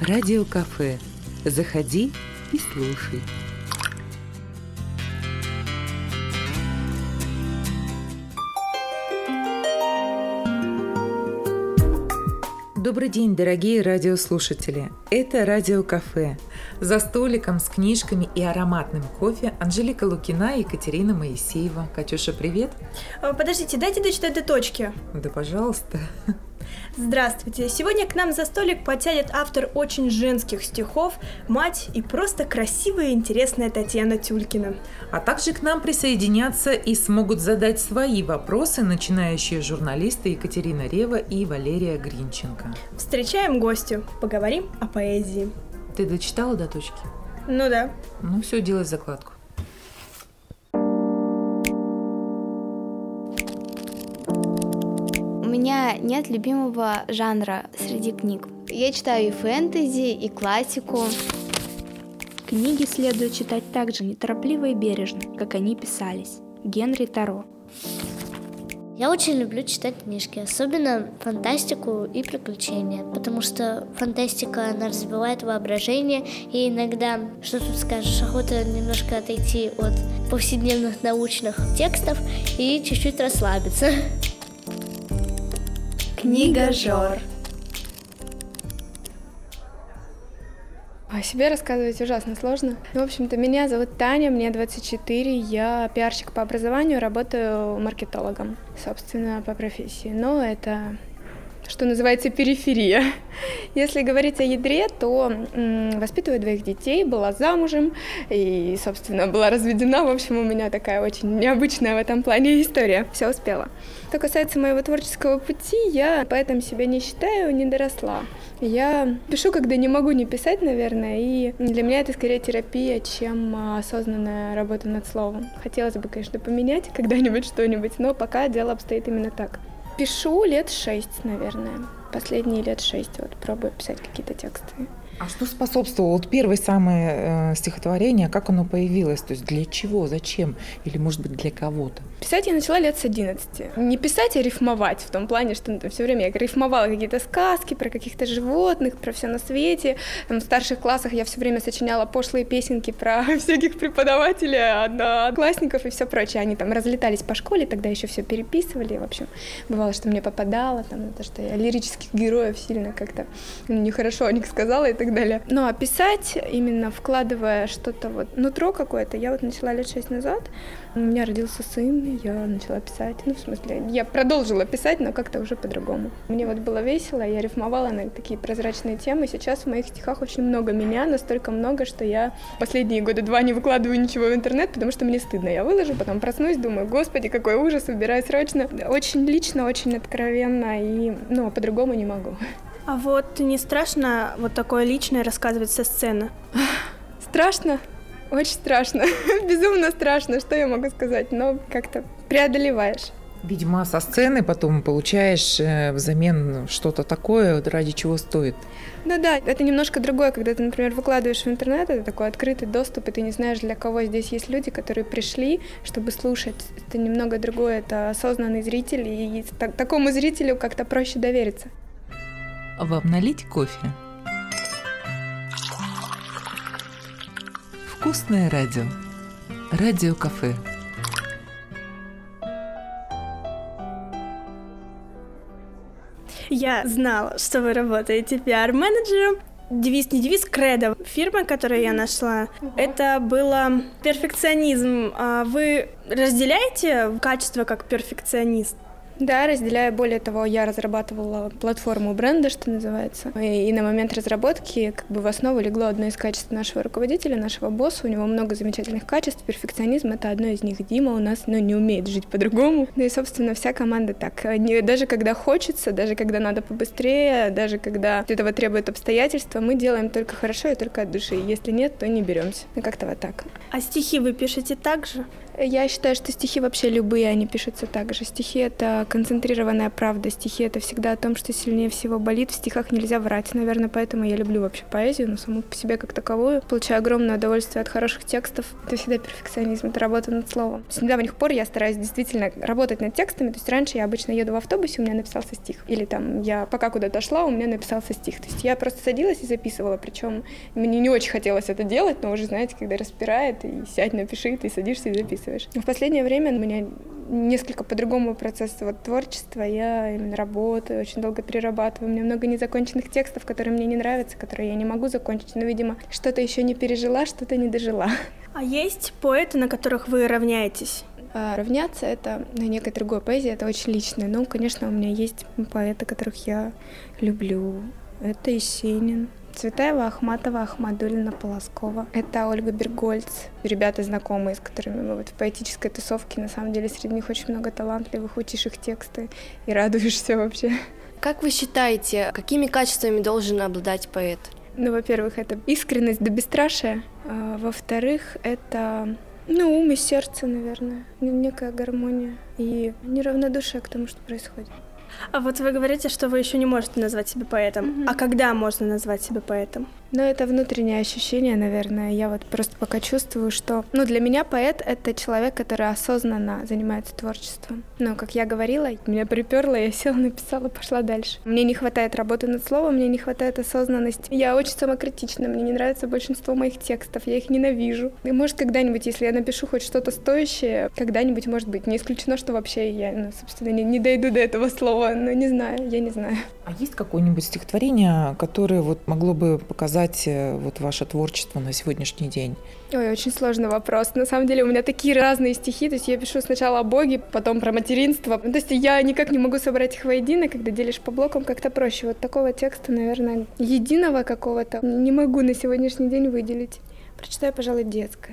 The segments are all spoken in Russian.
Радиокафе. Заходи и слушай. Добрый день, дорогие радиослушатели! Это Радиокафе. За столиком с книжками и ароматным кофе Анжелика Лукина и Екатерина Моисеева. Катюша, привет! Подождите, дайте дочитать до точки. Да, пожалуйста. Здравствуйте! Сегодня к нам за столик подсядет автор очень женских стихов, мать и просто красивая и интересная Татьяна Тюлькина. А также к нам присоединятся и смогут задать свои вопросы начинающие журналисты Екатерина Рева и Валерия Гринченко. Встречаем гостю, поговорим о поэзии. Ты дочитала до точки? Ну да. Ну все, делай закладку. У меня нет любимого жанра среди книг. Я читаю и фэнтези, и классику. Книги следует читать так же неторопливо и бережно, как они писались. Генри Таро. Я очень люблю читать книжки, особенно фантастику и приключения, потому что фантастика, она развивает воображение, и иногда, что тут скажешь, охота немножко отойти от повседневных научных текстов и чуть-чуть расслабиться. Книгожор. О себе рассказывать ужасно сложно. В общем-то, меня зовут Таня, мне 24, я пиарщик по образованию, работаю маркетологом, собственно, по профессии. Но это, что называется, периферия. Если говорить о ядре, то воспитываю 2 детей, была замужем и, собственно, была разведена. В общем, у меня такая очень необычная в этом плане история. Все успела. Что касается моего творческого пути, я поэтому себя не считаю, не доросла. Я пишу, когда не могу не писать, наверное, и для меня это скорее терапия, чем осознанная работа над словом. Хотелось бы, конечно, поменять когда-нибудь что-нибудь, но пока дело обстоит именно так. Пишу лет 6, наверное. Последние лет 6 вот пробую писать какие-то тексты. А что способствовало? Вот первое самое стихотворение, как оно появилось? То есть для чего, зачем? Или, может быть, для кого-то? Писать я начала лет с 11. Не писать, а рифмовать, в том плане, что все время я рифмовала какие-то сказки про каких-то животных, про все на свете. В старших классах я все время сочиняла пошлые песенки про всяких преподавателей, одноклассников и все прочее. Они там разлетались по школе, тогда еще все переписывали. В общем, бывало, что мне попадало, там, то, что я лирических героев сильно как-то нехорошо о них сказала и так далее. Ну, а писать, именно вкладывая что-то вот, нутро какое-то, я вот начала лет 6 назад. У меня родился сын, я начала писать. Ну, в смысле, я продолжила писать, но как-то уже по-другому. Мне вот было весело, я рифмовала на такие прозрачные темы. Сейчас в моих стихах очень много меня, настолько много, что я последние 2 года не выкладываю ничего в интернет, потому что мне стыдно. Я выложу, потом проснусь, думаю, господи, какой ужас, убирай срочно. Очень лично, очень откровенно, и, ну, по-другому не могу. А вот не страшно вот такое личное рассказывать со сцены? Страшно? Очень страшно. Безумно страшно, что я могу сказать, но как-то преодолеваешь. Видимо, со сцены потом получаешь взамен что-то такое, ради чего стоит. Ну да, это немножко другое, когда ты, например, выкладываешь в интернет, это такой открытый доступ, и ты не знаешь, для кого здесь есть люди, которые пришли, чтобы слушать. Это немного другое, это осознанный зритель, и такому зрителю как-то проще довериться. Вам налить кофе? Вкусное радио. Радиокафе. Я знала, что вы работаете пиар-менеджером. Девиз, не девиз, кредо фирмы, которую я нашла, это было перфекционизм. Вы разделяете качество как перфекционист? Да, разделяю. Более того, я разрабатывала платформу бренда, что называется. И на момент разработки как бы в основу легло одно из качеств нашего руководителя, нашего босса. У него много замечательных качеств. Перфекционизм — это одно из них. Дима у нас не умеет жить по-другому. Ну и, собственно, вся команда так. Даже когда хочется, даже когда надо побыстрее, даже когда этого требует обстоятельства, мы делаем только хорошо и только от души. Если нет, то не беремся. Ну как-то вот так. А стихи вы пишете так же? Я считаю, что стихи вообще любые, они пишутся так же. Стихи — это концентрированная правда. Стихи — это всегда о том, что сильнее всего болит. В стихах нельзя врать. Наверное, поэтому я люблю вообще поэзию, но саму по себе как таковую. Получаю огромное удовольствие от хороших текстов. Это всегда перфекционизм, это работа над словом. С недавних пор я стараюсь действительно работать над текстами. То есть раньше я обычно еду в автобусе, у меня написался стих. Или там я пока куда-то шла, у меня написался стих. То есть я просто садилась и записывала. Причем мне не очень хотелось это делать, но уже, знаете, когда распирает, и сядь, напиши, ты садишься и записываешь. В последнее время у меня несколько по-другому процесс творчества. Я именно работаю, очень долго перерабатываю. У меня много незаконченных текстов, которые мне не нравятся, которые я не могу закончить. Но, видимо, что-то еще не пережила, что-то не дожила. А есть поэты, на которых вы равняетесь? Равняться — это на некой другой поэзии, это очень личное. Ну, конечно, у меня есть поэты, которых я люблю. Это Есенин, Цветаева, Ахматова, Ахмадуллина, Полоскова. Это Ольга Бергольц. Ребята знакомые, с которыми мы вот в поэтической тусовке. На самом деле среди них очень много талантливых, учишь их тексты и радуешься вообще. Как вы считаете, какими качествами должен обладать поэт? Ну, во-первых, это искренность да бесстрашие. Во-вторых, это ум и сердце, наверное. Некая гармония и неравнодушие к тому, что происходит. А вот вы говорите, что вы еще не можете назвать себя поэтом. А когда можно назвать себя поэтом? Но это внутреннее ощущение, наверное. Я вот просто пока чувствую, что... для меня поэт — это человек, который осознанно занимается творчеством. Как я говорила, меня приперло, я села, написала, пошла дальше. Мне не хватает работы над словом, мне не хватает осознанности. Я очень самокритична, мне не нравится большинство моих текстов, я их ненавижу. И может когда-нибудь, если я напишу хоть что-то стоящее, когда-нибудь, может быть, не исключено, что вообще я, собственно, не дойду до этого слова, но не знаю, я не знаю. А есть какое-нибудь стихотворение, которое могло бы показать ваше творчество на сегодняшний день? Ой, очень сложный вопрос. На самом деле у меня такие разные стихи. То есть я пишу сначала о Боге, потом про материнство. То есть я никак не могу собрать их воедино. Когда делишь по блокам, как-то проще. Вот такого текста, наверное, единого какого-то не могу на сегодняшний день выделить. Прочитаю, пожалуй, детское.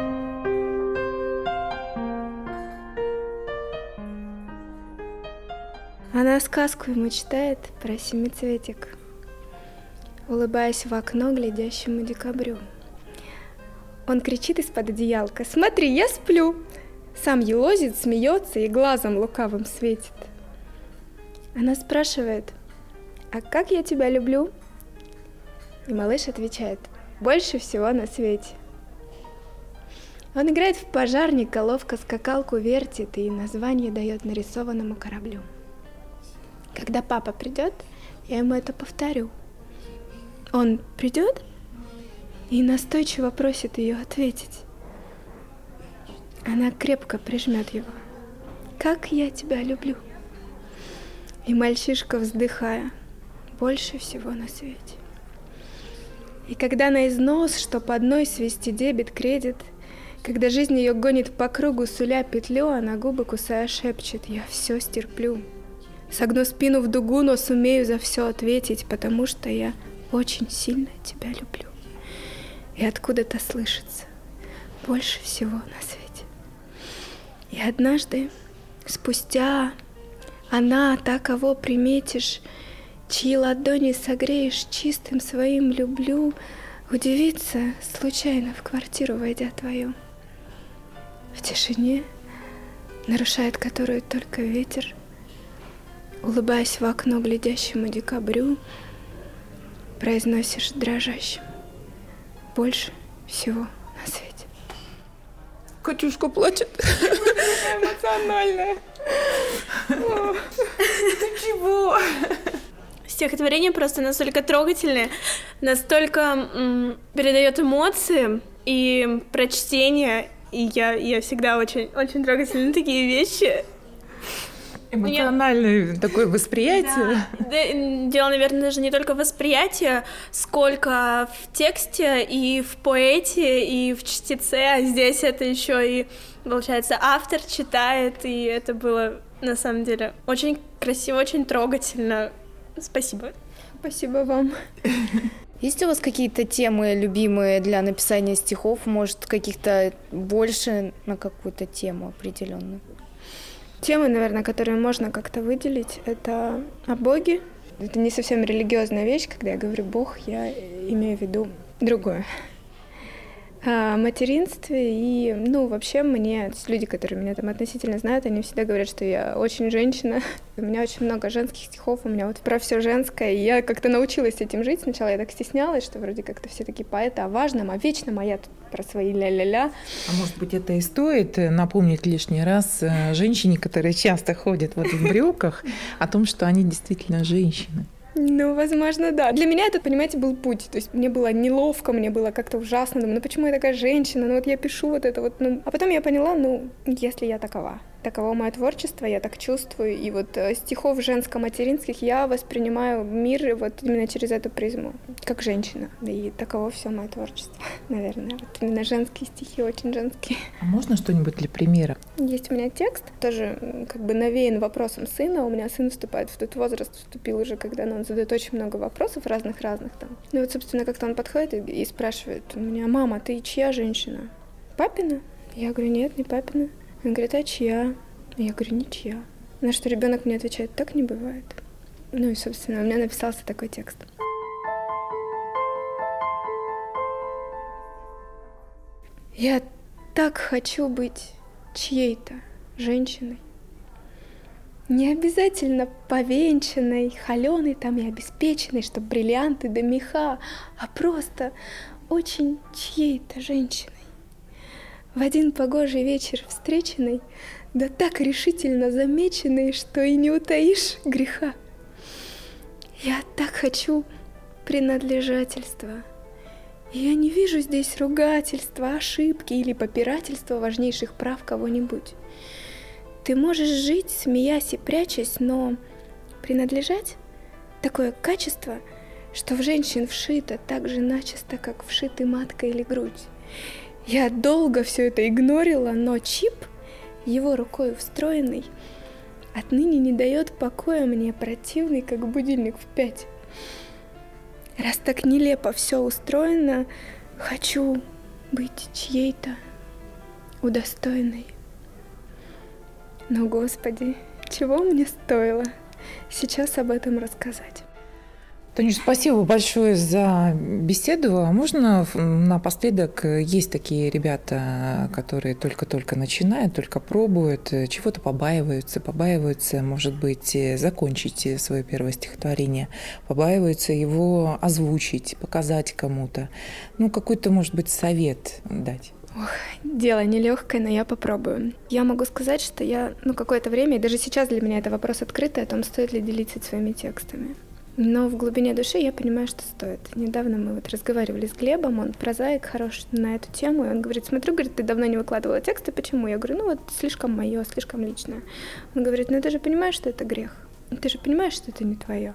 Она сказку ему читает про семицветик, улыбаясь в окно глядящему декабрю. Он кричит из-под одеялка: «Смотри, я сплю!» Сам елозит, смеется и глазом лукавым светит. Она спрашивает: «А как я тебя люблю?» И малыш отвечает: «Больше всего на свете». Он играет в пожарника, ловко скакалку вертит и название дает нарисованному кораблю. Когда папа придет, я ему это повторю. Он придет и настойчиво просит ее ответить. Она крепко прижмет его. «Как я тебя люблю!» И мальчишка, вздыхая: «Больше всего на свете». И когда на износ, что по одной свести дебет кредит, когда жизнь ее гонит по кругу, суля петлю, она губы кусая шепчет: «Я все стерплю. Согну спину в дугу, но сумею за все ответить, потому что я очень сильно тебя люблю». И откуда-то слышится: «Больше всего на свете». И однажды, спустя, она, та, кого приметишь, чьи ладони согреешь чистым своим «люблю», удивится, случайно в квартиру войдя твою. В тишине, нарушает которую только ветер, улыбаясь в окно глядящему декабрю, произносишь дрожащим: «Больше всего на свете». Катюшка плачет. Эмоциональная. Чего? Стихотворение просто настолько трогательное, настолько передает эмоции и прочтение. И я всегда очень, очень трогательны такие вещи. Эмоциональное такое восприятие. Да, дело, наверное, даже не только восприятие, сколько в тексте и в поэте, и в чтеце, а здесь это еще и, получается, автор читает, и это было, на самом деле, очень красиво, очень трогательно. Спасибо. Спасибо вам. Есть у вас какие-то темы любимые для написания стихов? Может, каких-то больше на какую-то тему определенную? Темы, наверное, которые можно как-то выделить, это о Боге. Это не совсем религиозная вещь. Когда я говорю «Бог», я имею в виду другое. о материнстве. И, вообще мне, люди, которые меня там относительно знают, они всегда говорят, что я очень женщина. У меня очень много женских стихов, у меня вот про все женское. И я как-то научилась этим жить. Сначала я так стеснялась, что вроде как-то все такие поэты о важном, о вечном, а я тут про свои ля-ля-ля. А может быть, это и стоит напомнить лишний раз женщине, которая часто ходит вот в брюках, о том, что они действительно женщины. Возможно, да. Для меня это, понимаете, был путь. То есть мне было неловко, мне было как-то ужасно. Думаю, почему я такая женщина? Вот я пишу вот это вот. А потом я поняла, если я таково мое творчество, я так чувствую. И вот стихов женско-материнских я воспринимаю мир вот именно через эту призму, как женщина. И таково все мое творчество, наверное. Вот именно женские стихи, очень женские. А можно что-нибудь для примера? Есть у меня текст, тоже как бы навеян вопросом сына. У меня сын вступает в тот возраст, вступил уже, когда он задает очень много вопросов разных там. Вот, собственно, как-то он подходит и спрашивает у меня: мама, ты чья женщина? Папина? Я говорю: нет, не папина. Он говорит: а чья? Я говорю: ничья. На что ребенок мне отвечает: так не бывает. И, собственно, у меня написался такой текст. Я так хочу быть чьей-то женщиной. Не обязательно повенчанной, холёной там и обеспеченной, чтоб бриллианты да меха, а просто очень чьей-то женщиной. В один погожий вечер встреченной, да так решительно замеченной, что и не утаишь греха. Я так хочу принадлежательства. И я не вижу здесь ругательства, ошибки или попирательства важнейших прав кого-нибудь. Ты можешь жить, смеясь и прячась, но принадлежать — такое качество, что в женщин вшито так же начисто, как вшиты матка или грудь. Я долго все это игнорила, но чип, его рукой встроенный, отныне не дает покоя мне, противный, как будильник в 5. Раз так нелепо все устроено, хочу быть чьей-то удостоенной. Но, Господи, чего мне стоило сейчас об этом рассказать? Танюш, спасибо большое за беседу. А можно напоследок, есть такие ребята, которые только-только начинают, только пробуют, чего-то побаиваются, может быть, закончить свое первое стихотворение, побаиваются его озвучить, показать кому-то. Какой-то, может быть, совет дать. Дело нелегкое, но я попробую. Я могу сказать, что я какое-то время, и даже сейчас для меня это вопрос открытый, о том, стоит ли делиться своими текстами. Но в глубине души я понимаю, что стоит. Недавно мы разговаривали с Глебом, он прозаик хороший на эту тему, и он говорит: смотрю, ты давно не выкладывала тексты, почему? Я говорю: слишком мое, слишком личное. Он говорит: ты же понимаешь, что это грех, ты же понимаешь, что это не твое.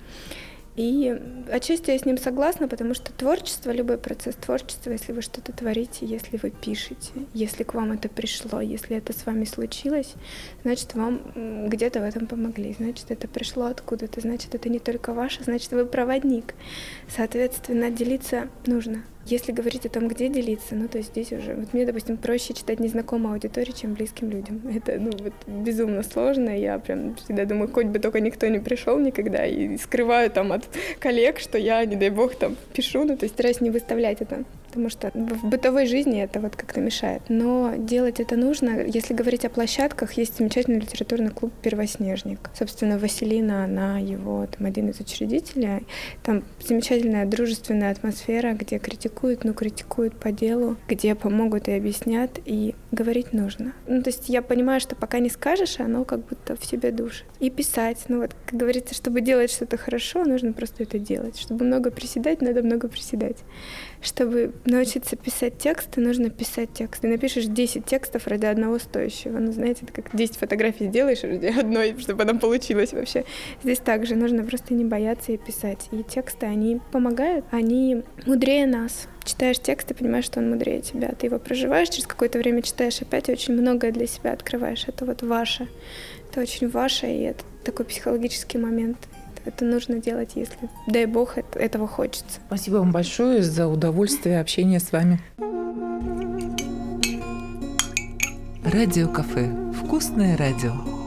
И отчасти я с ним согласна, потому что творчество, любой процесс творчества, если вы что-то творите, если вы пишете, если к вам это пришло, если это с вами случилось, значит, вам где-то в этом помогли, значит, это пришло откуда-то, значит, это не только ваше, значит, вы проводник. Соответственно, делиться нужно. Если говорить о том, где делиться, то есть здесь уже... мне, допустим, проще читать незнакомой аудитории, чем близким людям. Это, безумно сложно. Я прям всегда думаю, хоть бы только никто не пришел никогда, и скрываю там от коллег, что я, не дай бог, там пишу, то есть стараюсь не выставлять это. Потому что в бытовой жизни это как-то мешает. Но делать это нужно. Если говорить о площадках, есть замечательный литературный клуб «Первоснежник». Собственно, Василина, она его один из учредителей. Там замечательная дружественная атмосфера, где критикуют по делу, где помогут и объяснят, и говорить нужно. То есть я понимаю, что пока не скажешь, оно как будто в себе душит. И писать. Как говорится, чтобы делать что-то хорошо, нужно просто это делать. Чтобы много приседать, надо много приседать. Чтобы научиться писать тексты, нужно писать тексты. Напишешь 10 текстов ради одного стоящего. Знаете, это как 10 фотографий сделаешь ради одной, чтобы она получилась вообще. Здесь также нужно просто не бояться и писать. И тексты, они помогают, они мудрее нас. Читаешь текст и понимаешь, что он мудрее тебя. Ты его проживаешь, через какое-то время читаешь опять, и очень многое для себя открываешь. Это ваше. Это очень ваше, и это такой психологический момент. Это нужно делать, если, дай бог, этого хочется. Спасибо вам большое за удовольствие общения с вами. Радио Кафе. Вкусное радио.